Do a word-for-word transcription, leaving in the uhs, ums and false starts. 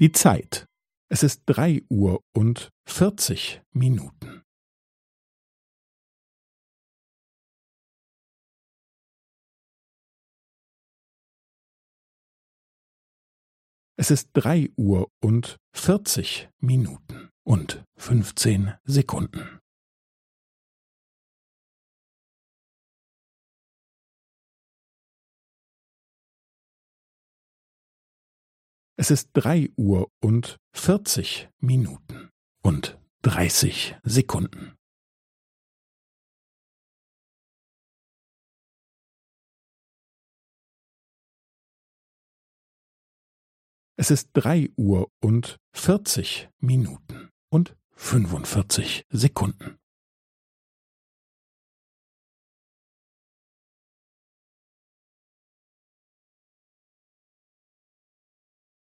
Die Zeit. Es ist drei Uhr und vierzig Minuten. Es ist drei Uhr und vierzig Minuten und fünfzehn Sekunden. Es ist drei Uhr und vierzig Minuten und dreißig Sekunden. Es ist drei Uhr und vierzig Minuten und fünfundvierzig Sekunden.